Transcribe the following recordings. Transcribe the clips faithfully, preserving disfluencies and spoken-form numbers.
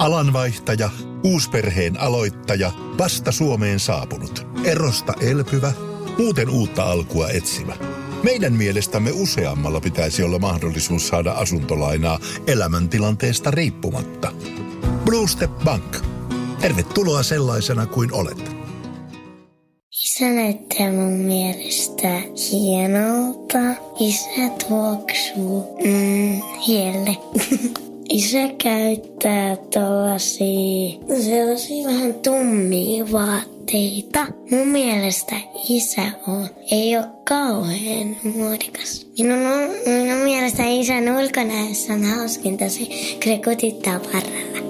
Alanvaihtaja, uusperheen aloittaja, vasta Suomeen saapunut, erosta elpyvä, muuten uutta alkua etsimä. Meidän mielestämme useammalla pitäisi olla mahdollisuus saada asuntolainaa elämäntilanteesta riippumatta. Blue Step Bank. Tervetuloa sellaisena kuin olet. Isä näyttää mun mielestä hienolta. Isä tuoksuu mm, hielle. Isä käyttää tollasia, sellaisia vähän tummia vaatteita. Mun mielestä isä on, ei ole kauhean muodikas. Minun, minun mielestä isän ulkonäössä on hauskinta se, kun se kutittaa parralla.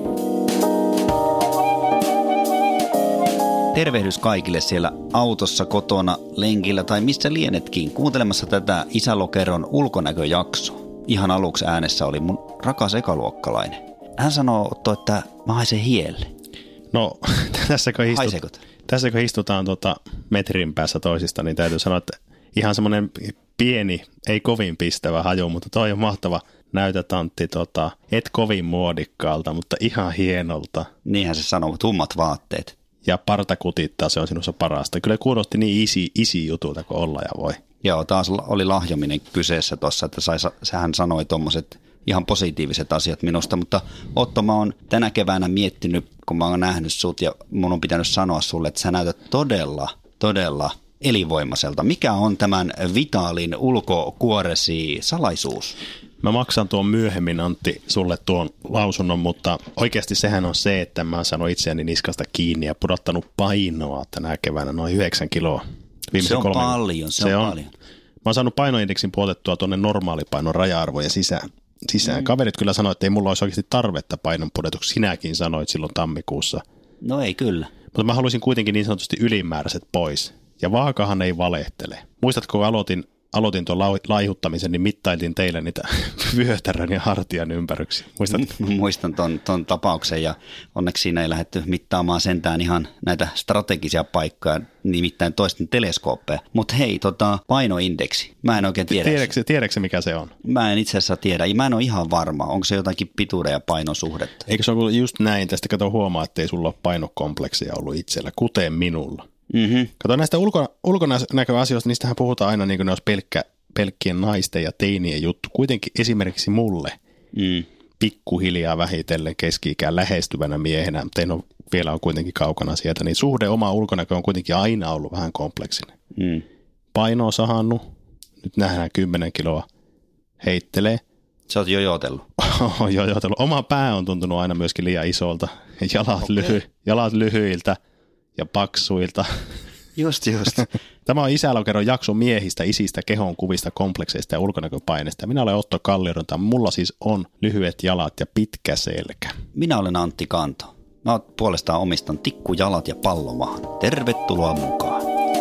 Tervehdys kaikille siellä autossa, kotona, lenkillä tai missä lienetkin kuuntelemassa tätä Isälokeron ulkonäköjaksoa. Ihan aluksi äänessä oli mun rakas ekaluokkalainen. Hän sanoo, Otto, että mä haisen hielle. No, tässäkö, istut, tässäkö istutaan tota metrin päässä toisista, niin täytyy sanoa, että ihan semmoinen pieni, ei kovin pistävä haju, mutta toi on mahtava. Näytät, Antti, tota, et kovin muodikkaalta, mutta ihan hienolta. Niinhän se sanoo, tummat vaatteet. Ja parta kutittaa, se on sinussa parasta. Kyllä kuulosti niin isi, isi jutulta kuin olla ja voi. Joo, taas oli lahjominen kyseessä tuossa, että sai, sehän sanoi tuommoiset ihan positiiviset asiat minusta, mutta Otto, mä oon tänä keväänä miettinyt, kun mä oon nähnyt sut ja mun on pitänyt sanoa sulle, että sä näytät todella, todella elinvoimaiselta. Mikä on tämän vitaalin ulkokuoresi salaisuus? Mä maksan tuon myöhemmin, Antti, sulle tuon lausunnon, mutta oikeasti sehän on se, että mä oon saanut itseäni niskasta kiinni ja pudottanut painoa tänä keväänä noin yhdeksän kiloa. Se on kolme... paljon, se, se on, on paljon. Mä oon saanut painoindeksin puotettua tuonne normaalipainon raja-arvojen sisään. sisään. Mm. Kaverit kyllä sanoi, että ei mulla olisi oikeasti tarvetta painon pudotuksi. Sinäkin sanoit silloin tammikuussa. No ei kyllä. Mutta mä haluaisin kuitenkin niin sanotusti ylimääräiset pois. Ja vaakahan ei valehtele. Muistatko, kun aloitin, aloitin tuon laihuttamisen, niin mittailtiin teille niitä vyötärän ja hartian ympäryksiä. Muistatko? Muistan ton, ton tapauksen ja onneksi siinä ei lähdetty mittaamaan sentään ihan näitä strategisia paikkoja, nimittäin toisten teleskooppeja. Mutta hei, tota, painoindeksi. Mä en oikein tiedä. Tiedätkö, tiedätkö mikä se on? Mä en itse asiassa tiedä. Mä en ole ihan varma. Onko se jotakin pituuden ja painon suhdetta? Eikö se ole just näin? Tästä kato huomaa, että ei sulla ole painokompleksia ollut itsellä, kuten minulla. Mm-hmm. Kato näistä ulko, ulkonäköasioista, niistähän puhutaan aina niin kuin ne olisi pelkkä, pelkkien naisten ja teinien juttu. Kuitenkin esimerkiksi mulle mm. pikkuhiljaa vähitellen keski-ikään lähestyvänä miehenä, mutta en ole, vielä on kuitenkin kaukana sieltä, niin suhde oma ulkonäkö on kuitenkin aina ollut vähän kompleksinen. Mm. Paino on sahannut, nyt nähdään kymmenen kiloa, heittelee. Sä oot jojotellut. jojotellut. Oma pää on tuntunut aina myöskin liian isolta, jalat, okay. lyhy, jalat lyhyiltä. Ja paksuilta. Just, just. Tämä on Isälokeron jakso miehistä, isistä, kehon kuvista, komplekseista ja ulkonäköpaineista. Minä olen Otto Kalliorinta. Mulla siis on lyhyet jalat ja pitkä selkä. Minä olen Antti Kanto. Mä puolestaan omistan tikkujalat ja pallomahan. Tervetuloa mukaan.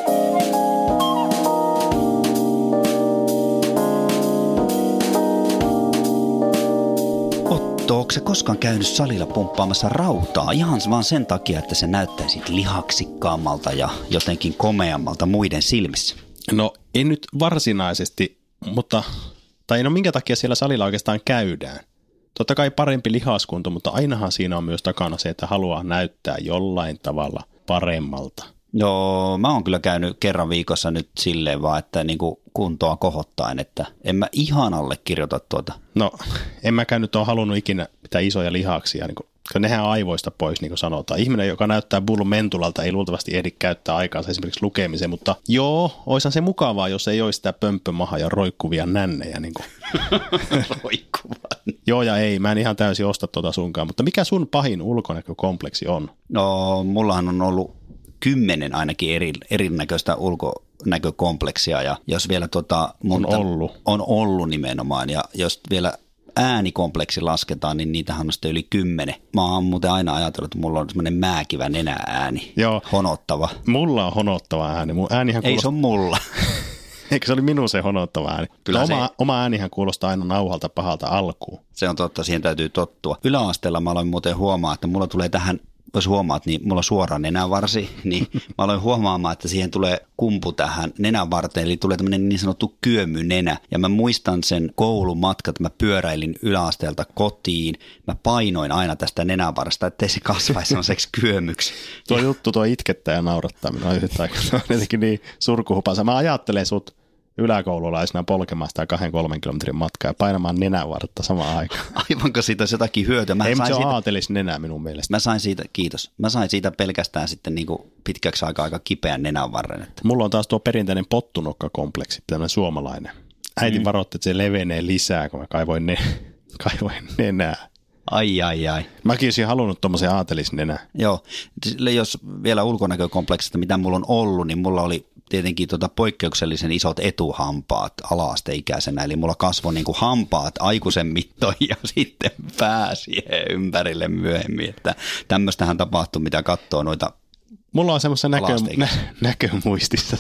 Onko se koskaan käynyt salilla pumppaamassa rautaa ihan vaan sen takia, että se näyttäisi lihaksikkaammalta ja jotenkin komeammalta muiden silmissä? No en nyt varsinaisesti, mutta tai no minkä takia siellä salilla oikeastaan käydään? Totta kai parempi lihaskunto, mutta ainahan siinä on myös takana se, että haluaa näyttää jollain tavalla paremmalta. Joo, mä oon kyllä käynyt kerran viikossa nyt silleen vaan, että niinku kuntoa kohottaen, että en mä ihan allekirjoita tuota. No, en mäkään nyt ole halunnut ikinä pitää isoja lihaksia, niin kun, nehän on aivoista pois, niin kuin sanotaan. Ihminen, joka näyttää bullun mentulalta, ei luultavasti ehdi käyttää aikaansa esimerkiksi lukemiseen, mutta joo, oishan se mukavaa, jos ei olisi sitä pömppömaha ja roikkuvia nännejä. Niin Roikkuvaa. Joo ja ei, mä en ihan täysin osta tuota sunkaan, mutta mikä sun pahin ulkonäkökompleksi on? No, mullahan on ollut kymmenen ainakin eri, erinäköistä ulkonäkökompleksia ja jos vielä tuota, on ollut. on ollut nimenomaan ja jos vielä äänikompleksi lasketaan, niin niitähän on sitten yli kymmenen. Mä oon muuten aina ajatellut, että mulla on semmoinen määkivä nenä-ääni, Joo. honottava. Mulla on honottava ääni. Mun äänihän kuulostaa... Ei se on mulla. Eikö se oli minun se honottava ääni? Kyllä oma, se... oma äänihän kuulostaa aina nauhalta pahalta alkuun. Se on totta, siihen täytyy tottua. Yläasteella mä aloin muuten huomaa, että mulla tulee tähän jos huomaat, niin mulla on suora nenävarsi, niin mä aloin huomaamaan, että siihen tulee kumpu tähän nenänvarteen, eli tulee tämmöinen niin sanottu kyömynenä. Ja mä muistan sen koulumatkat, mä pyöräilin yläasteelta kotiin, mä painoin aina tästä nenänvarsta, ettei se kasvaisi sellaiseksi kyömyksi. Tuo juttu, tuo itkettää ja naurattaa minua yhtä aikaa. Se on jotenkin niin surkuhupansa. Mä ajattelen sut yläkoululaisena polkemaan sitä kahden kolmen kilometrin matkaa ja painamaan nenänvartta samaan aikaan. Aivanko siitä olisi jotakin hyötyä? Mä Ei, sain se siitä, aatelisi nenää minun mielestä. Mä sain siitä, kiitos, mä sain siitä pelkästään sitten niin kuin pitkäksi aikaa aika kipeän nenänvarren. Että. Mulla on taas tuo perinteinen pottunokkakompleksi, tämmöinen suomalainen. Äiti mm. varoitti, että se levenee lisää, kun mä kaivoin, ne, kaivoin nenää. Ai, ai, ai. Mäkin olisin halunnut tuommoisen aatelisnenää. Joo, jos vielä ulkonäkökompleksista, mitä mulla on ollut, niin mulla oli tietenkin tota poikkeuksellisen isot etuhampaat ala-asteikäisenä, eli mulla kasvoi niin kuin hampaat aikuisen mittoihin ja sitten pää siihen ympärille myöhemmin, että tämmöistähän tapahtui, mitä katsoo noita. Mulla on semmoista näkö, nä, näkömuistissa.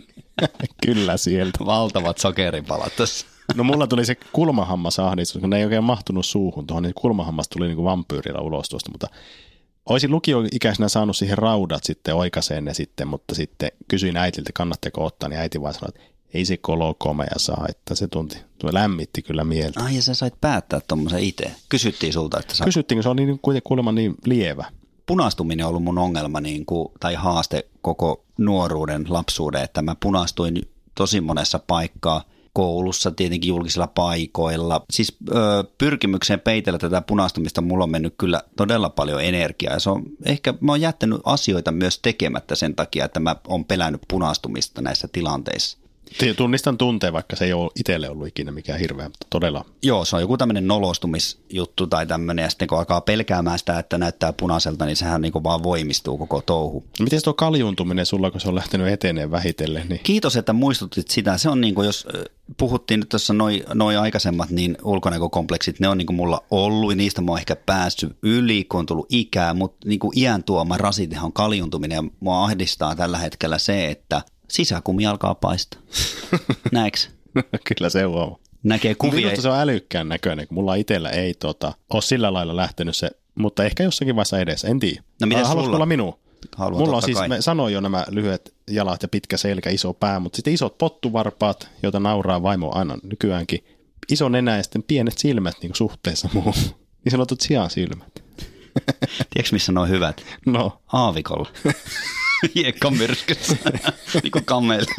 Kyllä sieltä. Valtavat sokeripalat tässä. No mulla tuli se kulmahammasahdistus, kun ne ei oikein mahtunut suuhun tuohon, niin kulmahammas tuli niin kuin vampyyrillä ulos tuosta, mutta olisin lukioikäisenä saanut siihen raudat sitten oikaiseen ne sitten, mutta sitten kysyin äitiltä, kannatteko ottaa, niin äiti vaan sanoi, että ei se kolo komea saa, että se tunti, tuo lämmitti kyllä mieltä. Ai ja sä sait päättää tuommoisen itse. Kysyttiin sulta, että sä. Kysyttiin, se oli niin kuitenkin kuulemma niin lievä. Punastuminen on ollut mun ongelma niin kuin, tai haaste koko nuoruuden, lapsuuden, että mä punastuin tosi monessa paikkaa. Koulussa, tietenkin julkisilla paikoilla. Siis ö, pyrkimykseen peitellä tätä punastumista mulla on mennyt kyllä todella paljon energiaa. Ja se on, ehkä mä oon jättänyt asioita myös tekemättä sen takia, että mä oon pelännyt punastumista näissä tilanteissa. Tunnistan tunteen, vaikka se ei ole itselle ollut ikinä mikään hirveä, mutta todella. Joo, se on joku tämmöinen nolostumisjuttu tai tämmöinen, ja sitten kun alkaa pelkäämään sitä, että näyttää punaiselta, niin sehän niin kuin vaan voimistuu koko touhu. Miten tuo kaljuuntuminen sulla, kun se on lähtenyt eteneen vähitellen? Niin? Kiitos, että muistutit sitä. Se on niin kuin, jos puhuttiin nyt tuossa noin noi aikaisemmat, niin ulkonäkökompleksit, ne on niin kuin mulla ollut, ja niistä mä oon ehkä päässyt yli, kun on tullut ikää, mutta niin kuin iän tuoma rasitehan on kaljuuntuminen, ja mua ahdistaa tällä hetkellä se, että sisäkumi alkaa paistaa. Näetkö? Kyllä se on. Näkee kuvia. Minusta se on älykkään näköinen, kun mulla itsellä ei tota, ole sillä lailla lähtenyt se, mutta ehkä jossakin vaiheessa edessä, en tiedä. No miten Haluaisiko sulla? olla minun? Haluan, mulla on siis, kai. me sanoin jo nämä lyhyet jalat ja pitkä selkä, iso pää, mutta sitten isot pottuvarpaat, joita nauraa vaimo aina nykyäänkin. Iso nenä ja sitten pienet silmät niin kuin suhteessa muuhun. Niin sanotut sijaan silmät. Tiedätkö missä ne on hyvät? No. Aavikolla. Hiekkamyrskyssä. Niin kuin kamelilla.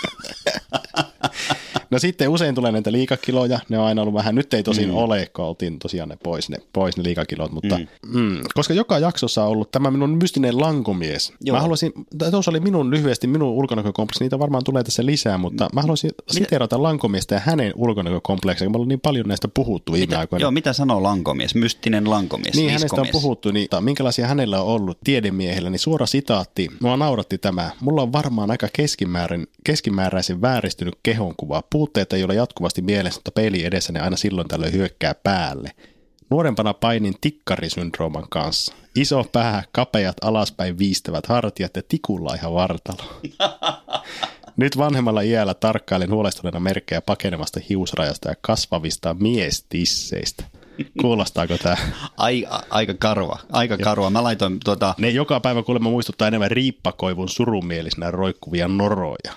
No sitten usein tulee näitä liikakiloja, ne on aina ollut vähän, nyt ei tosin mm. ole, kun oltiin tosiaan ne pois ne, pois ne liikakilot, mutta mm. Mm, koska joka jaksossa on ollut tämä minun mystinen lankomies. Joo. Mä haluaisin, tuossa oli minun lyhyesti, minun ulkonäkökompleksi, niitä varmaan tulee tässä lisää, mutta mä haluaisin siteerata lankomiestä ja hänen ulkonäkökompleksiaan, me ollaan niin paljon näistä puhuttu viime mitä, aikoina. Joo, mitä sanoo lankomies, mystinen lankomies, niin, liskomies. hänestä on puhuttu, niin minkälaisia hänellä on ollut tiedemiehellä, niin suora sitaatti, mua nauratti tämä, mulla on varmaan aika keskimäärin, keskimääräisen vääristynyt kehonkuva, puutteita ei ole jatkuvasti mielessä, mutta peili edessä ne aina silloin tällöin hyökkää päälle. Nuorempana painin tikkarisyndrooman kanssa. Iso pää, kapeat alaspäin viistävät hartiat ja tikullaiha vartalo. Nyt vanhemmalla iällä tarkkailen huolestuneena merkkejä pakenemasta hiusrajasta ja kasvavista miestisseistä. Kuulostaako tämä? Ai, aika karua, aika karua. Mä laitoin tuota. Ne joka päivä kuulemma muistuttaa enemmän riippakoivun surumielisinä roikkuvia noroja.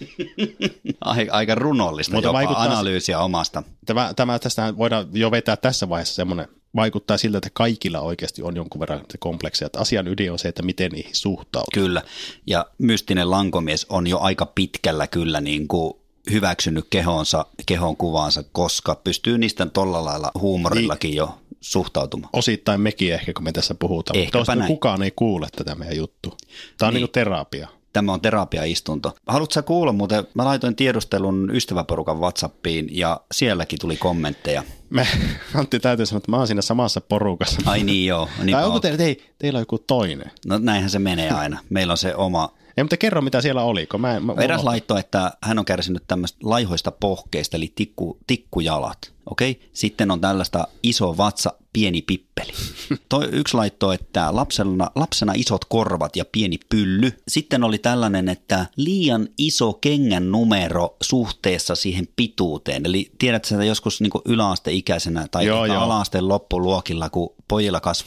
Aika runollista jopa analyysiä omasta. Tämä, tämä, tästähän voidaan jo vetää tässä vaiheessa semmoinen, vaikuttaa siltä, että kaikilla oikeasti on jonkun verran kompleksia. Että asian ydin on se, että miten niihin suhtautuu. Kyllä, ja mystinen lankomies on jo aika pitkällä kyllä niin kuin hyväksynyt kehonsa, kehon kuvaansa, koska pystyy niistä tolla lailla huumorillakin niin, jo suhtautumaan. Osittain mekin ehkä, kun me tässä puhutaan. Ehkäpä mutta näin. Kukaan ei kuule tätä meidän juttu. Tämä on niin, niin kuin terapia. Tämä on terapiaistunto. Haluatko sä kuulla muuten? Mä laitoin tiedustelun ystäväporukan WhatsAppiin ja sielläkin tuli kommentteja. Me, Antti täytyy sanoa, että mä oon siinä samassa porukassa. Ai niin joo. Tai onko teillä, ei, teillä on joku toinen? No näinhän se menee aina. Meillä on se oma. Ei, mutta kerro mitä siellä oli. Kun mä, mä, Eräs mä... laittoi, että hän on kärsinyt tämmöistä laihoista pohkeista, eli tikku, tikkujalat. Okay? Sitten on tällaista iso vatsa, pieni pippeli. Toi, yksi laittoi, että lapsena, lapsena isot korvat ja pieni pylly. Sitten oli tällainen, että liian iso kengän numero suhteessa siihen pituuteen. Eli tiedätkö, että joskus niin kuin yläasteikäisenä tai joo, joo. ala-asteen loppuluokilla, kun pojilla kasvaa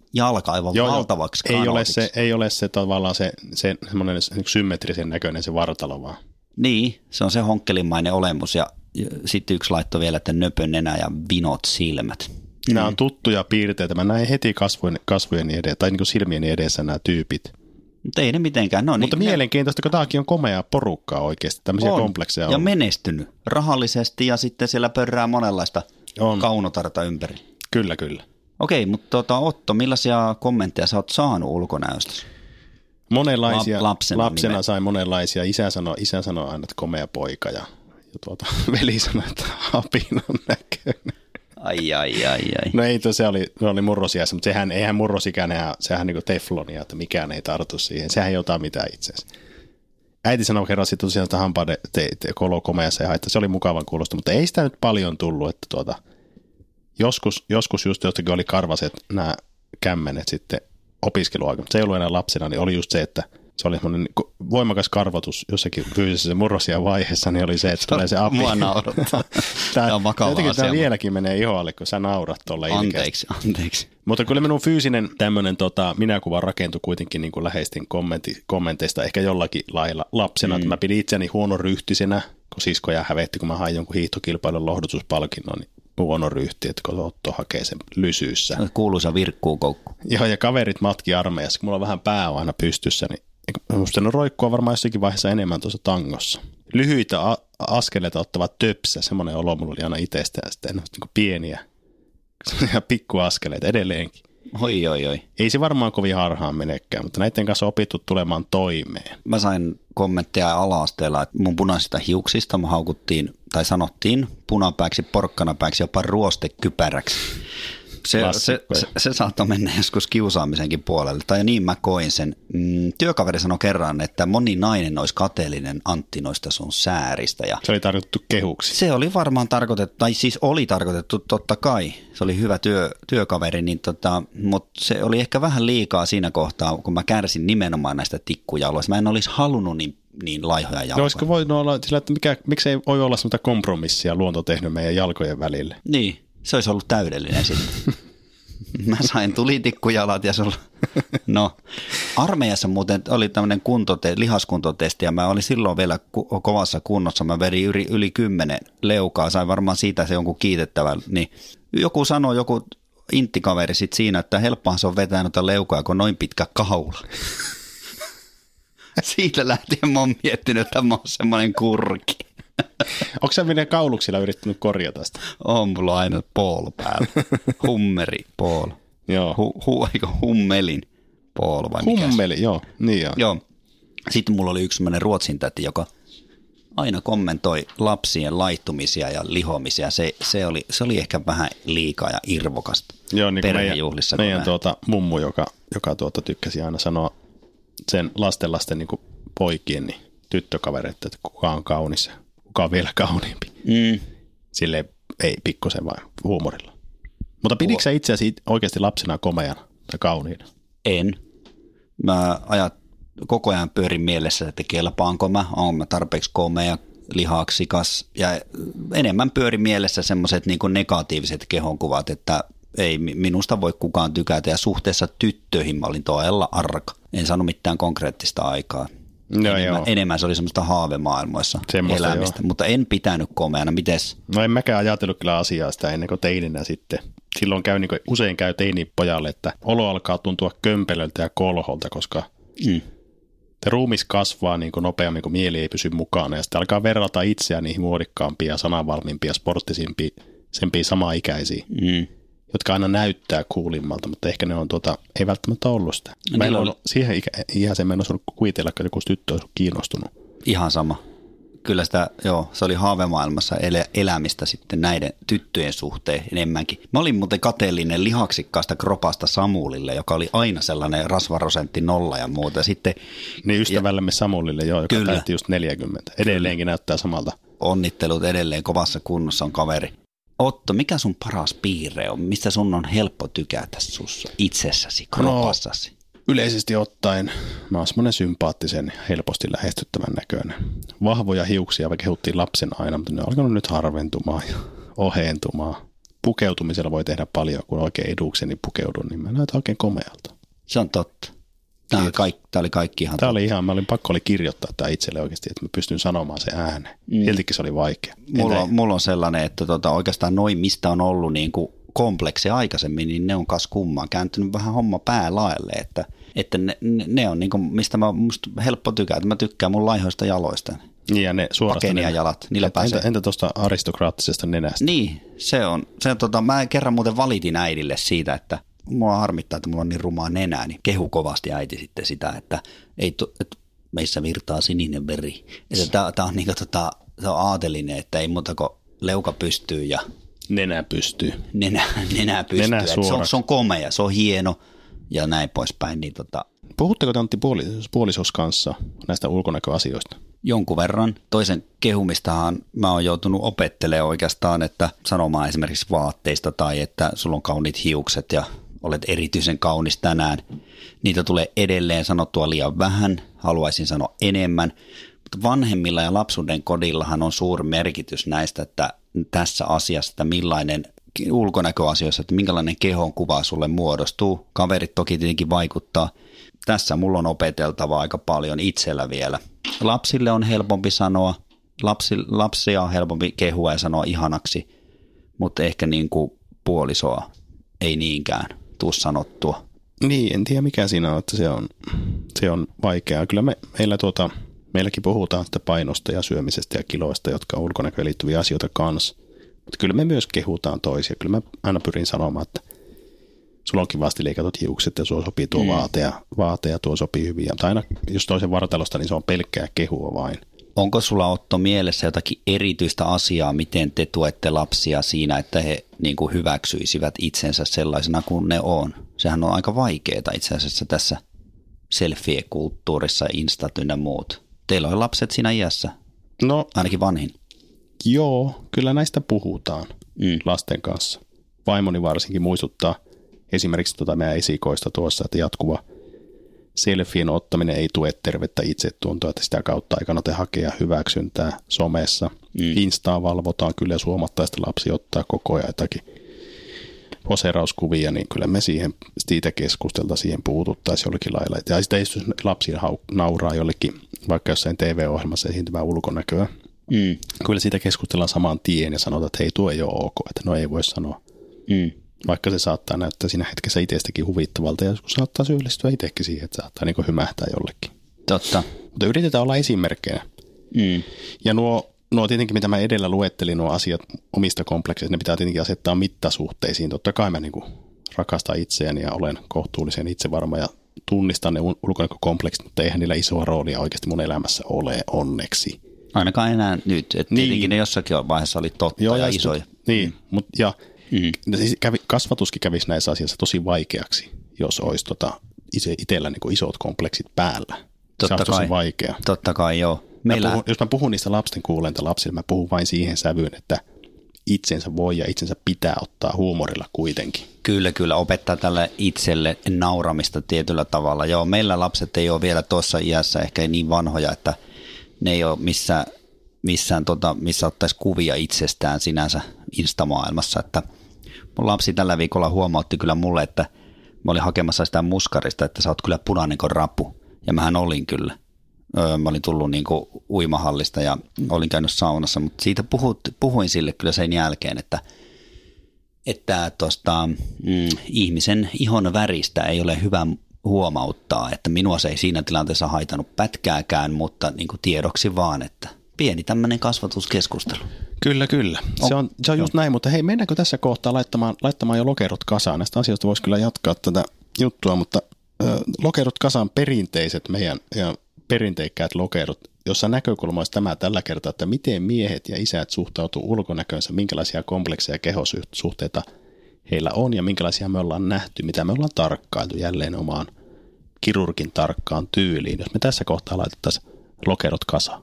jalka aivan joo, valtavaksi ei kanootiksi. ole se, ei ole se tavallaan se, se semmoinen symmetrisen näköinen se vartalo vaan. Niin, se on se honkkelimainen olemus ja, ja sitten yksi laitto vielä, että nöpön nenä ja vinot silmät. Nämä on tuttuja piirteitä. Mä näin heti kasvojen, kasvojeni edessä, tai niin kuin silmieni edessä nämä tyypit. Mutta ei ne mitenkään. No, Mutta niin, mielenkiintoista, kun tämäkin on komea porukkaa oikeasti. Tämmöisiä on. komplekseja on. Ja menestynyt rahallisesti ja sitten siellä pörrää monenlaista on. Kaunotarta ympäri. Kyllä, kyllä. Okei, mutta tota, Otto, millaisia kommentteja sä oot saanut ulkonäöstä? Monenlaisia. La- lapsena lapsena nimen. sain monenlaisia. Isä sanoi, isä sanoi aina, että komea poika ja, ja tuota, veli sanoi, että apinon näköinen. Ai, ai, ai, ai. No ei, se oli, ne oli murrosiässä, mutta sehän, eihän murrosikään, sehän niin kuin teflonia, että mikään ei tartu siihen. Sehän ei ota mitään itseänsä. Äiti sanoi kerran sitten tosiaan sitä hampaiden te, te, kolo komeassa ja haittaa. Se oli mukavan kuulosta, mutta ei sitä nyt paljon tullut, että tuota, joskus, joskus just jostakin oli karvaset nämä kämmenet sitten opiskeluaikana. Se ei ollut enää lapsena, niin oli just se, että se oli semmoinen voimakas karvotus jossakin fyysisessä murrosia vaiheessa, niin oli se, että tulee se api. Mua naurattaa. Tämä on vakava asia. Tämä vieläkin menee ihoalle, kun sä naurat tuolla Anteeksi, anteeksi. Mutta kyllä minun fyysinen tämmöinen tota, minäkuva rakentui kuitenkin niin kuin läheisten kommenti, kommenteista ehkä jollakin lailla lapsena. Mm. Mä pidin itseäni huonoryhtisenä, kun siskoja hävetti, kun mä hain jonkun hiihtokilpailun lohdutuspalkinnon, niin huono ryhti, että kun Otto hakee sen lysyyssä. Kuuluisa virkkuukoukku. Joo, ja kaverit matki armeijassa, kun mulla on vähän pää aina pystyssä, niin musta on roikkua varmaan jossakin vaiheessa enemmän tuossa tangossa. Lyhyitä a- askeleita ottavat töpsä, semmoinen olo mulla oli aina itsestä, ja sitten niin pieniä ja pikkuaskeleita edelleenkin. Oi, oi, oi. Ei se varmaan kovin harhaan menekään, mutta näiden kanssa on opittu tulemaan toimeen. Mä sain kommentteja ala-asteella, että mun punaisista hiuksista mä haukuttiin, tai sanottiin punapääksi, porkkanapääksi, jopa ruostekypäräksi. Se, se, se, se saattoi mennä joskus kiusaamisenkin puolelle, tai niin mä koin sen. Mm, työkaveri sanoi kerran, että moni nainen olisi kateellinen Antti noista sun sääristä. Ja se oli tarkoitettu kehuksi. Se oli varmaan tarkoitettu, tai siis oli tarkoitettu totta kai. Se oli hyvä työ, työkaveri, niin tota, mutta se oli ehkä vähän liikaa siinä kohtaa, kun mä kärsin nimenomaan näistä tikkujaloista. Mä en olisi halunnut niin, niin laihoja jalkoja. No olisiko voinut olla sillä, että mikä, miksei voi olla sellaista kompromissia luonto tehnyt meidän jalkojen välille? Niin. Se olisi ollut täydellinen sitten. Mä sain tulitikkujalat ja sulla. No, armeijassa muuten oli tämmöinen kuntote, lihaskuntotesti ja mä olin silloin vielä ko- kovassa kunnossa. Mä vedin yli, yli kymmenen leukaa, sain varmaan siitä se jonkun kiitettävän. Niin joku sanoi, joku inttikaveri sitten siinä, että helppohan se on vetää noita leukaa, kun noin pitkä kaula. Siitä lähtien mä oon miettinyt, että mä oon semmoinen kurki. Onko sä minne kauluksilla yrittänyt korjata sitä? On mulla aina Paul päällä. Hummeri Paul. Joo. Hu, hu, eikö hummelin Paul vai mikä? Hummeli, joo. Niin joo. Joo. Sitten mulla oli yksi semmoinen ruotsin täti, joka aina kommentoi lapsien laittumisia ja lihomisia. Se, se, oli, se oli ehkä vähän liikaa ja irvokasta. Joo, niin kuin meidän, meidän mä... tuota, mummu, joka, joka tuota, tykkäsi aina sanoa sen lastenlasten niin kuin poikien niin tyttökavereita, että kuka on kaunis ja kuka on vielä kauniimpi. Mm. Silleen ei pikkusen vaan huumorilla. Mutta piditkö sä itseäsi oikeasti lapsena komeana tai kauniina? En. Mä ajat, koko ajan pyörin mielessä, että kelpaanko mä, onko mä tarpeeksi komea, lihaksikas ja enemmän pyörin mielessä semmoiset niin kuin negatiiviset kehonkuvat, että ei minusta voi kukaan tykätä ja suhteessa tyttöihin mä olin todella arka. En saanut mitään konkreettista aikaa. No, enemmän, enemmän se oli semmoista haavemaailmoissa semmoista, elämistä, joo. Mutta en pitänyt komeana. Mites? No en mäkään ajatellut kyllä asiaa sitä ennen kuin teininä sitten. Silloin käy, niin kuin usein käy teinipojalle, että olo alkaa tuntua kömpelöltä ja kolholta, koska mm. ruumis kasvaa niin kuin nopeammin, kun mieli ei pysy mukana. Ja sitten alkaa verrata itseään niihin muodikkaampia, sananvalmiimpia, sporttisimpia, sempiä samaikäisiä. Mm. Jotka aina näyttää kuulimmalta, mutta ehkä ne on tuota, ei välttämättä ollut sitä. Mä en ollut, siihen ikä, iäisen mä en olisi ollut kuvitella, että joku tyttö olisi kiinnostunut. Ihan sama. Kyllä sitä, joo, se oli haavemaailmassa elä, elämistä sitten näiden tyttöjen suhteen enemmänkin. Mä olin muuten kateellinen lihaksikkaasta kropasta Samulille, joka oli aina sellainen rasvaprosentti nolla ja muuta. Sitten, niin ystävällämme ja, Samulille, joo, joka kyllä. Täytti just neljäkymmentä. Edelleenkin kyllä. Näyttää samalta. Onnittelut edelleen, kovassa kunnossa on kaveri. Otto, mikä sun paras piirre on? Mistä sun on helppo tykätä sussa itsessäsi, kropassasi? No, yleisesti ottaen mä oon semmoinen sympaattisen, helposti lähestyttävän näköinen. Vahvoja hiuksia, vaikka kehuttiin lapsen aina, mutta ne on alkanut nyt harventumaan ja ohentumaan. pukeutumisella voi tehdä paljon, kun oikein edukseni pukeudun, niin mä näytän oikein komealta. Se on totta. Tämä oli kaikki, tämä oli kaikki ihan Tämä totta. oli ihan, mä olin pakko oli kirjoittaa tämä itselle oikeasti, että mä pystyn sanomaan sen ääneen. Mm. Siltikin se oli vaikea. Mulla on, mulla on sellainen, että tota, oikeastaan noin, mistä on ollut niin kuin kompleksi aikaisemmin, niin ne on kas kummaan kääntynyt vähän homma päälaelle, että, että ne, ne on niin kuin, mistä mä musta helppo tykätä. Mä tykkään mun laihoista jaloista. Niin ja ne suorasta nenä. Jalat, niillä entä, pääsee. Entä tuosta aristokraattisesta nenästä? Niin, se on. Se on tota, mä kerran muuten valitin äidille siitä, että mua harmittaa, että mulla on niin rumaa nenää, niin kehu kovasti äiti sitten sitä, että ei tu, että meissä virtaa sininen veri. Että tää on niin kuin tota, se on aatelinen, että ei muuta kuin leuka pystyy ja nenä pystyy. Nenä, nenä pystyy. Nenä se, on, se on komea, se on hieno ja näin poispäin. Niin tota, puhutteko te Antti puolis- puolisos kanssa näistä ulkonäköasioista? Jonkun verran. Toisen kehumistahan mä oon joutunut opettelemaan oikeastaan, että sanomaan esimerkiksi vaatteista tai että sulla on kauniit hiukset ja olet erityisen kaunis tänään. Niitä tulee edelleen sanottua liian vähän, haluaisin sanoa enemmän. Mutta vanhemmilla ja lapsuuden kodillahan on suuri merkitys näistä, että tässä asiassa, että millainen ulkonäköasioissa, että minkälainen kehon kuva sulle muodostuu. Kaverit toki tietenkin vaikuttaa. Tässä mulla on opeteltavaa aika paljon itsellä vielä. Lapsille on helpompi sanoa, lapsi, lapsia on helpompi kehua ja sanoa ihanaksi, mutta ehkä niin kuin puolisoa ei niinkään tuu sanottua. Niin, en tiedä mikä siinä on, että se on, se on vaikeaa. Kyllä me, meillä tuota, meilläkin puhutaan että painosta ja syömisestä ja kiloista, jotka on ulkonäköön liittyviä asioita kanssa. Mutta kyllä me myös kehutaan toisia. Kyllä mä aina pyrin sanomaan, että sulla on kivasti leikatut hiukset ja sulla sopii tuo mm. vaate, ja, vaate ja tuo sopii hyvin. Mutta aina jos toisen vartalosta, niin se on pelkkää kehua vain. Onko sulla Otto mielessä jotakin erityistä asiaa, miten te tuette lapsia siinä, että he niin kuin hyväksyisivät itsensä sellaisena kuin ne on? Sehän on aika vaikeaa itse asiassa tässä selfie-kulttuurissa, instat ynnä muut. Teillä on lapset siinä iässä, no, ainakin vanhin. Joo, kyllä näistä puhutaan mm. lasten kanssa. Vaimoni varsinkin muistuttaa esimerkiksi tuota meidän esikoista tuossa, että jatkuva selfien ottaminen ei tue tervettä itsetuntoa, että sitä kautta ei kannata hakea hyväksyntää somessa. Mm. Instaa valvotaan kyllä, jos huomattaisiin, että lapsi ottaa koko ajan jotakin poseerauskuvia, niin kyllä me siihen, siitä keskustelta siihen puututtaisiin jollakin lailla. Ja sitten jos lapsi nauraa jollekin, vaikka jossain T V-ohjelmassa esiintymään ulkonäköä, mm. kyllä siitä keskustellaan saman tien ja sanotaan, että hei, tuo ei ole ok, että no ei voi sanoa. Mm. Vaikka se saattaa näyttää siinä hetkessä itsestäkin huvittavalta ja joskus saattaa syyllistyä itsekin siihen, että saattaa niin kuin hymähtää jollekin. Totta. Mutta yritetään olla esimerkkejä. Mm. Ja nuo, nuo tietenkin, mitä mä edellä luettelin, nuo asiat omista komplekseista, ne pitää tietenkin asettaa mittasuhteisiin. Totta kai mä niin kuin rakastan itseäni ja olen kohtuullisen itsevarma ja tunnistan ne ulkonäkökompleksit, mutta eihän niillä isoa roolia oikeasti mun elämässä ole onneksi. Ainakaan enää nyt. Että niin. Tietenkin ne jossakin vaiheessa oli totta Joo, ja, ja isoja. Niin, mm. mutta ja Mm. Siis kävi, kasvatuskin kävisi näissä asiassa tosi vaikeaksi, jos olisi tota, itsellä niin isot kompleksit päällä. Totta se on tosi kai. vaikea. Totta kai, joo. Meillä... Mä puhun, jos mä puhun niistä lapsen kuulenta lapsille, mä puhun vain siihen sävyyn, että itsensä voi ja itsensä pitää ottaa huumorilla kuitenkin. Kyllä, kyllä. Opettaa tälle itselle nauramista tietyllä tavalla. Joo, meillä lapset ei ole vielä tuossa iässä ehkä niin vanhoja, että ne ei ole missään, missään tota, missä ottaisi kuvia itsestään sinänsä instamaailmassa, että mun lapsi tällä viikolla huomautti kyllä mulle, että mä olin hakemassa sitä muskarista, että sä oot kyllä punainen kuin rapu. Ja mähän olin kyllä. Öö, mä olin tullut niin kuin uimahallista ja olin käynyt saunassa, mutta siitä puhut, puhuin sille kyllä sen jälkeen, että, että tosta, mm, ihmisen ihon väristä ei ole hyvä huomauttaa, että minua se ei siinä tilanteessa haitanut pätkääkään, mutta niin kuin tiedoksi vaan, että pieni tämmöinen kasvatuskeskustelu. Kyllä, kyllä. Se on, se on just näin, mutta hei, mennäänkö tässä kohtaa laittamaan, laittamaan jo lokerot kasaan? Näistä asioista voisi kyllä jatkaa tätä juttua, mutta ö, lokerot kasaan perinteiset meidän ja perinteikkäät lokerot, jossa näkökulma olisi tämä tällä kertaa, että miten miehet ja isät suhtautuu ulkonäköönsä, minkälaisia komplekseja ja kehosuhteita heillä on ja minkälaisia me ollaan nähty, mitä me ollaan tarkkailtu jälleen omaan kirurgin tarkkaan tyyliin. Jos me tässä kohtaa laitettaisiin lokerot kasaan.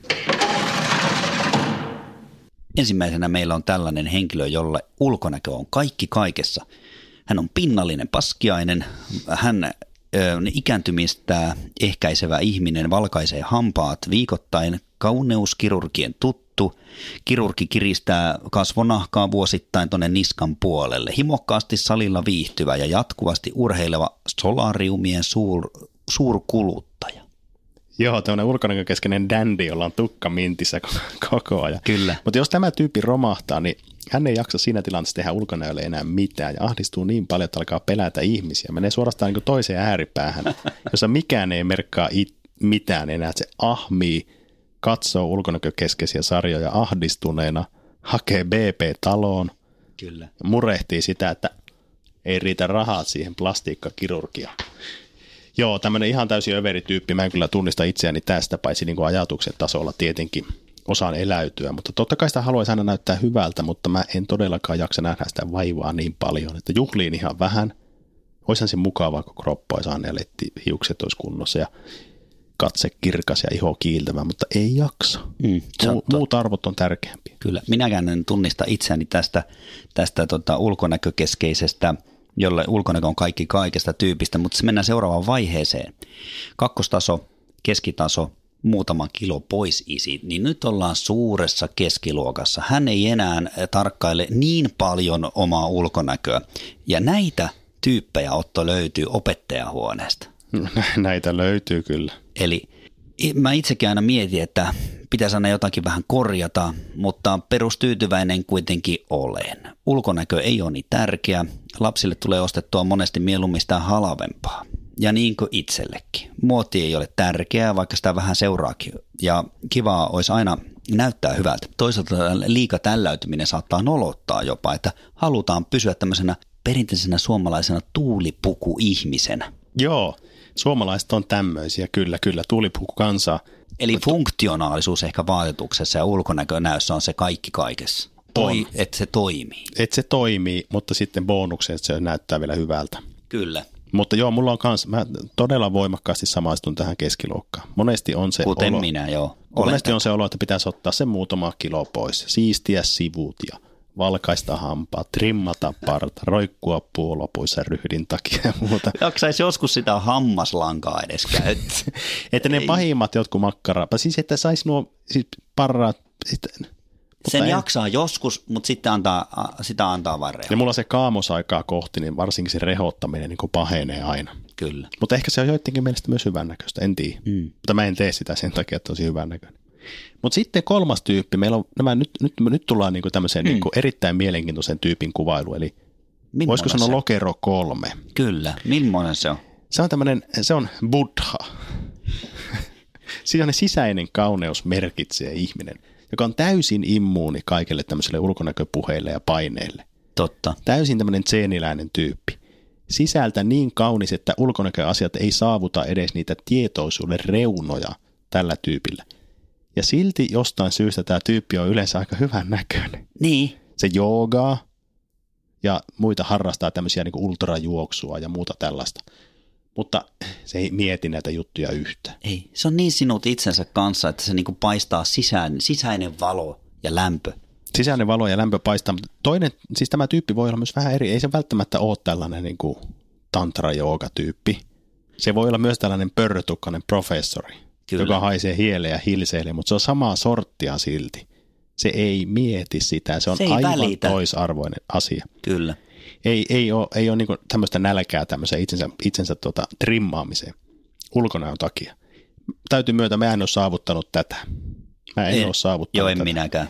Ensimmäisenä meillä on tällainen henkilö, jolle ulkonäkö on kaikki kaikessa. Hän on pinnallinen paskiainen, hän ö, ikääntymistä ehkäisevä ihminen, valkaisee hampaat viikoittain, kauneuskirurgien tuttu. Kirurgi kiristää kasvonahkaa vuosittain tuonne niskan puolelle. Himokkaasti salilla viihtyvä ja jatkuvasti urheileva solariumien suur, suurkuluttaja. Joo, tämmöinen ulkonäkökeskeinen dandy, jolla on tukka mintissä koko ajan. Kyllä. Mutta jos tämä tyyppi romahtaa, niin hän ei jaksa siinä tilanteessa tehdä ulkonäölle enää mitään ja ahdistuu niin paljon, että alkaa pelätä ihmisiä. Menee suorastaan niin kuin toiseen ääripäähän, jossa mikään ei merkkaa it- mitään enää. Se ahmii, katsoo ulkonäkökeskeisiä sarjoja ahdistuneena, hakee B P-taloon, Kyllä. murehtii sitä, että ei riitä rahaa siihen plastiikkakirurgiaan. Joo, tämmöinen ihan täysin överityyppi. Mä en kyllä tunnista itseäni tästä, paitsi niin kuin ajatuksen tasolla tietenkin osaan eläytyä, mutta totta kai sitä haluaisi aina näyttää hyvältä, mutta mä en todellakaan jaksa nähdä sitä vaivaa niin paljon, että juhliin ihan vähän. Olisihan se mukavaa, kun kroppa olisi aina eletti, hiukset olisi kunnossa ja katse kirkas ja iho kiiltävä, mutta ei jaksa. Mm, Mu- muut arvot on tärkeämpiä. Kyllä, minäkään en tunnista itseäni tästä, tästä tota ulkonäkökeskeisestä, jolle ulkonäkö on kaikki kaikesta tyypistä, mutta se mennään seuraavaan vaiheeseen. Kakkostaso, keskitaso, muutama kilo pois isi, niin nyt ollaan suuressa keskiluokassa. Hän ei enää tarkkaile niin paljon omaa ulkonäköä. Ja näitä tyyppejä, Otto, löytyy opettajahuoneesta. Näitä löytyy kyllä. Eli mä itsekin aina mietin, että pitäisi aina jotakin vähän korjata, mutta perustyytyväinen kuitenkin olen. Ulkonäkö ei ole niin tärkeä. Lapsille tulee ostettua monesti mieluummin sitä halvempaa. Ja niin kuin itsellekin. Muoti ei ole tärkeää, vaikka sitä vähän seuraakin. Ja kivaa olisi aina näyttää hyvältä. Toisaalta liika tälläytyminen saattaa nolottaa jopa, että halutaan pysyä tämmöisenä perinteisenä suomalaisena tuulipuku-ihmisenä. Joo, suomalaiset on tämmöisiä, kyllä, kyllä, tuulipuku kansaa. Eli funktionaalisuus ehkä vaatetuksessa ja ulkonäkönäössä on se kaikki kaikessa. Toi, että se toimii. Että se toimii, mutta sitten bonukset, että se näyttää vielä hyvältä. Kyllä. Mutta joo, mulla on kans, mä todella voimakkaasti samaistun tähän keskiluokkaan. Monesti on se Kuten olo, minä, joo. Monesti on se olo, että pitäisi ottaa se muutama kilo pois, siistiä sivut ja valkaista hampaa, trimmata parta, roikkua puolopuissa ryhdin takia ja muuta. Jaksaisi joskus sitä hammaslankaa edes käyttää. Että ne pahimmat jotkut makkarat, siis että saisi nuo siis parrat. Sitten, sen en. jaksaa joskus, mutta sitten antaa, sitä antaa vain ja mulla se kaamosaikaa kohti, niin varsinkin se rehottaminen niin kuin pahenee aina. Kyllä. Mutta ehkä se on joidenkin mielestä myös hyvännäköistä, en tiedä. Mm. Mutta mä en tee sitä sen takia, että on tosi hyvännäköinen. Mutta sitten kolmas tyyppi, meillä on nämä, nyt, nyt, nyt tullaan niinku tämmöiseen mm. niinku erittäin mielenkiintoisen tyypin kuvailu, eli millainen voisiko sanoa se? Lokero kolme. Kyllä, millainen se on? Se on tämmöinen, se on buddha. Siinä sisäinen kauneus merkitsee ihminen, joka on täysin immuuni kaikille tämmöiselle ulkonäköpuheille ja paineille. Totta. Täysin tämmöinen tseeniläinen tyyppi. Sisältä niin kaunis, että ulkonäköasiat ei saavuta edes niitä tietoisuuden reunoja tällä tyypillä. Ja silti jostain syystä tämä tyyppi on yleensä aika hyvän näköinen. Niin. Se joogaa ja muita harrastaa tämmöisiä niin kuin ultrajuoksua ja muuta tällaista. Mutta se ei mieti näitä juttuja yhtään. Ei, se on niin sinut itsensä kanssa, että se niin kuin paistaa sisään, sisäinen valo ja lämpö. Sisäinen valo ja lämpö paistaa. Toinen, siis tämä tyyppi voi olla myös vähän eri. Ei se välttämättä ole tällainen niin kuin tantra-jooga-tyyppi. Se voi olla myös tällainen pörrötukkainen professori. Kyllä. Joka haisee hieleen ja hilseilee, mutta se on samaa sorttia silti. Se ei mieti sitä, se on se aivan välitä. Toisarvoinen asia. Kyllä. Ei, ei ole, ei ole niin tämmöistä nälkää tämmöiseen itsensä, itsensä tota, trimmaamiseen ulkonäön takia. Täytyy myötä, mä en ole saavuttanut tätä. Mä en, en ole saavuttanut Joo, en tätä. minäkään.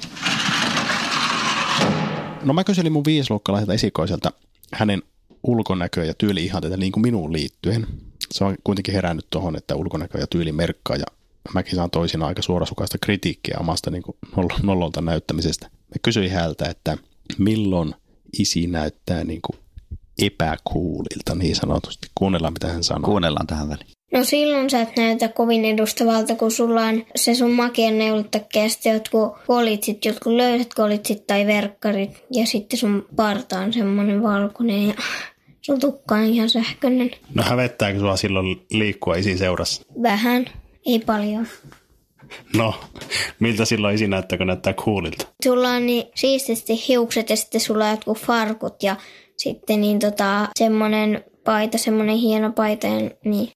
No mä kyselin mun viidesluokkalaiselta esikoiselta hänen ulkonäköä ja tyyli-ihanteita niin kuin minuun liittyen. Se on kuitenkin herännyt tuohon, että ulkonäkö ja tyyli merkkaa ja mäkin saan toisinaan aika suorasukaista kritiikkiä omasta niin kuin nollolta näyttämisestä. Mä kysyin häneltä, että milloin isi näyttää niin kuin epäkuulilta niin sanotusti. Kuunnellaan, mitä hän sanoo. Kuunnellaan tähän väliin. No silloin sä et näytä kovin edustavalta, kun sulla on se sun makian neulottakki ja sitten jotkut kolitsit, jotkut löysät kolitsit tai verkkarit ja sitten sun parta on semmoinen valkoinen ja sun tukka on ihan sähköinen. No hävettääkö sua silloin liikkua isin seurassa? Vähän, ei paljon. No, miltä silloin isi näyttää, kun näyttää coolilta? Sulla on niin siististi hiukset ja sitten sulla on jotkut farkut ja sitten niin tota, semmoinen paita, semmoinen hieno paita ja niin.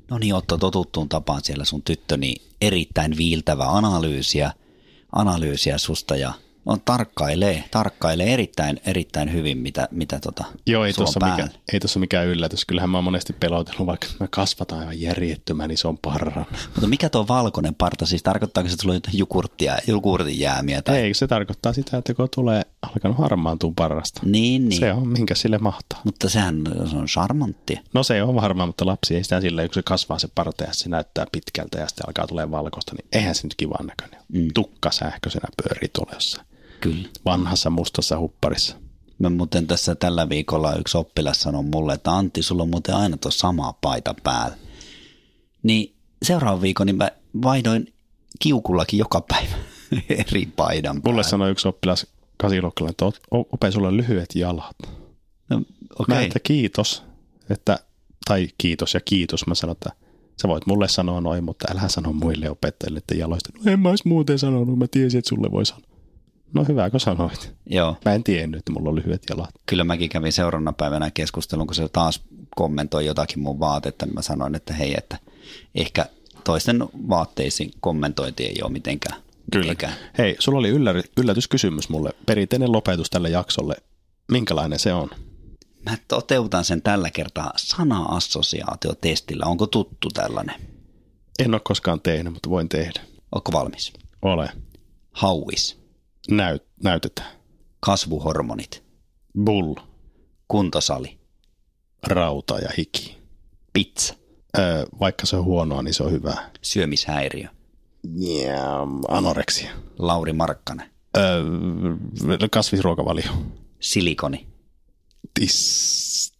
No niin, Otto, totuttuun tapaan siellä sun tyttöni erittäin viiltävä analyysiä, analyysiä susta ja on tarkkailee, tarkkailee erittäin, erittäin hyvin, mitä, mitä tota Joo, ei tuossa mikään, ei tuossa mikään yllätys. Kyllähän mä oon monesti pelotellut, vaikka mä kasvataan aivan järjettömän ison parran. Mutta mikä tuo valkoinen parta, siis tarkoittaako se, että sulla on jotain jukurttia, jukurtin jäämiä? Tai... Ei, se tarkoittaa sitä, että kun tulee alkanut harmaantua parrasta. Niin, niin. Se on, minkä sille mahtaa. Mutta sehän se on charmanttia. No se on varmaan, mutta lapsi ei sitä silleen, kun se kasvaa se parta ja se näyttää pitkältä ja sitten alkaa tulee valkoista, niin eihän se nyt kivan näköinen. Mm. Tukka sähköisenä pyörii tuolla jossain. Kyllä. Vanhassa mustassa hupparissa. Mä muuten tässä tällä viikolla yksi oppilas sanoi mulle, että Antti, sulla on muuten aina tuo sama paita päällä. Niin seuraavan viikon niin mä vaihdoin kiukullakin joka päivä eri paidan päällä. Mulle sanoi yksi oppilas kasiluokkalla, että ope, sulla on lyhyet jalat. No, okay. Mä että kiitos, että, tai kiitos ja kiitos. Mä sanoin, että sä voit mulle sanoa noin, mutta älä sano muille opettajille, että jaloista. No en mä olisi muuten sanonut, mä tiesin, että sulle voi sanoa. No hyvä, kun sanoit. Joo. Mä en tiennyt, että mulla on lyhyet jalat. Kyllä mäkin kävin seuraavana päivänä keskustelun, kun se taas kommentoi jotakin mun vaatetta, niin mä sanoin, että hei, että ehkä toisten vaatteisiin kommentointi ei ole mitenkään. Kyllä. mitenkään. Hei, sulla oli yllä, yllätyskysymys mulle. Perinteinen lopetus tälle jaksolle. Minkälainen se on? Mä toteutan sen tällä kertaa sana-assosiaatiotestillä. Onko tuttu tällainen? En ole koskaan tehnyt, mutta voin tehdä. Ootko valmis? Ole. Hauis. Näyt, näytetään. Kasvuhormonit. Bull. Kuntosali. Rauta ja hiki. Pizza. Öö, vaikka se on huonoa, niin se on hyvää. Syömishäiriö. Yeah, anoreksia. Lauri Markkanen. Öö, kasvisruokavalio. Silikoni. Tis.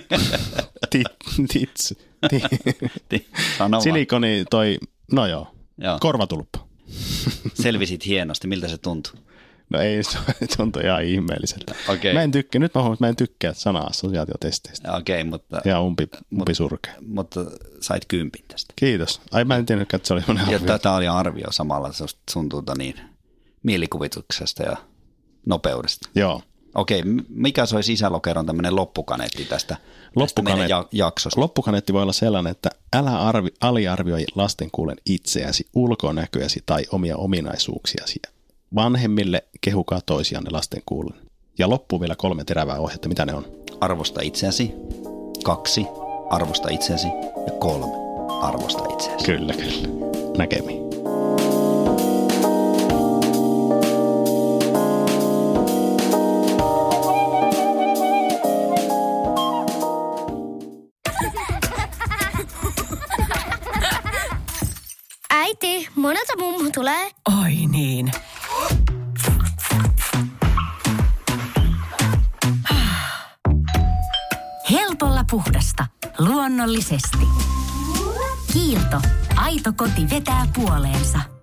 Tits. Silikoni toi, no joo. joo. Korvatulppa. Selvisit hienosti. Miltä se tuntui? No ei, se tuntui ihan ihmeelliseltä. Okay. Mä en tykkää, nyt mä huomaan, että mä en tykkää sana-assosiaatiotesteistä. Okei, okay, mutta... Ja umpi, umpi surkea. Mutta sait kympin tästä. Kiitos. Ai mä en tiennytkään, että se oli mun arvio. Ja tämä oli arvio samalla sun tuota niin, mielikuvituksesta ja nopeudesta. Joo. Okei, okay, mikä se olisi isälokeron tämmöinen loppukaneetti tästä, tästä meidän ja, jaksosta? Loppukaneetti voi olla sellainen, että älä arvi, aliarvioi lastenkuulen itseäsi, ulkonäköäsi tai omia ominaisuuksiasi. Vanhemmille kehukaa toisianne lastenkuulen. Ja loppuun vielä kolme terävää ohjetta. Mitä ne on? Arvosta itseäsi, kaksi, arvosta itseäsi ja kolme, arvosta itseäsi. Kyllä, kyllä. Näkemiin. Äiti, monelta mummu tulee? Oi niin. Helpolla puhdasta. Luonnollisesti. Kiilto. Aito koti vetää puoleensa.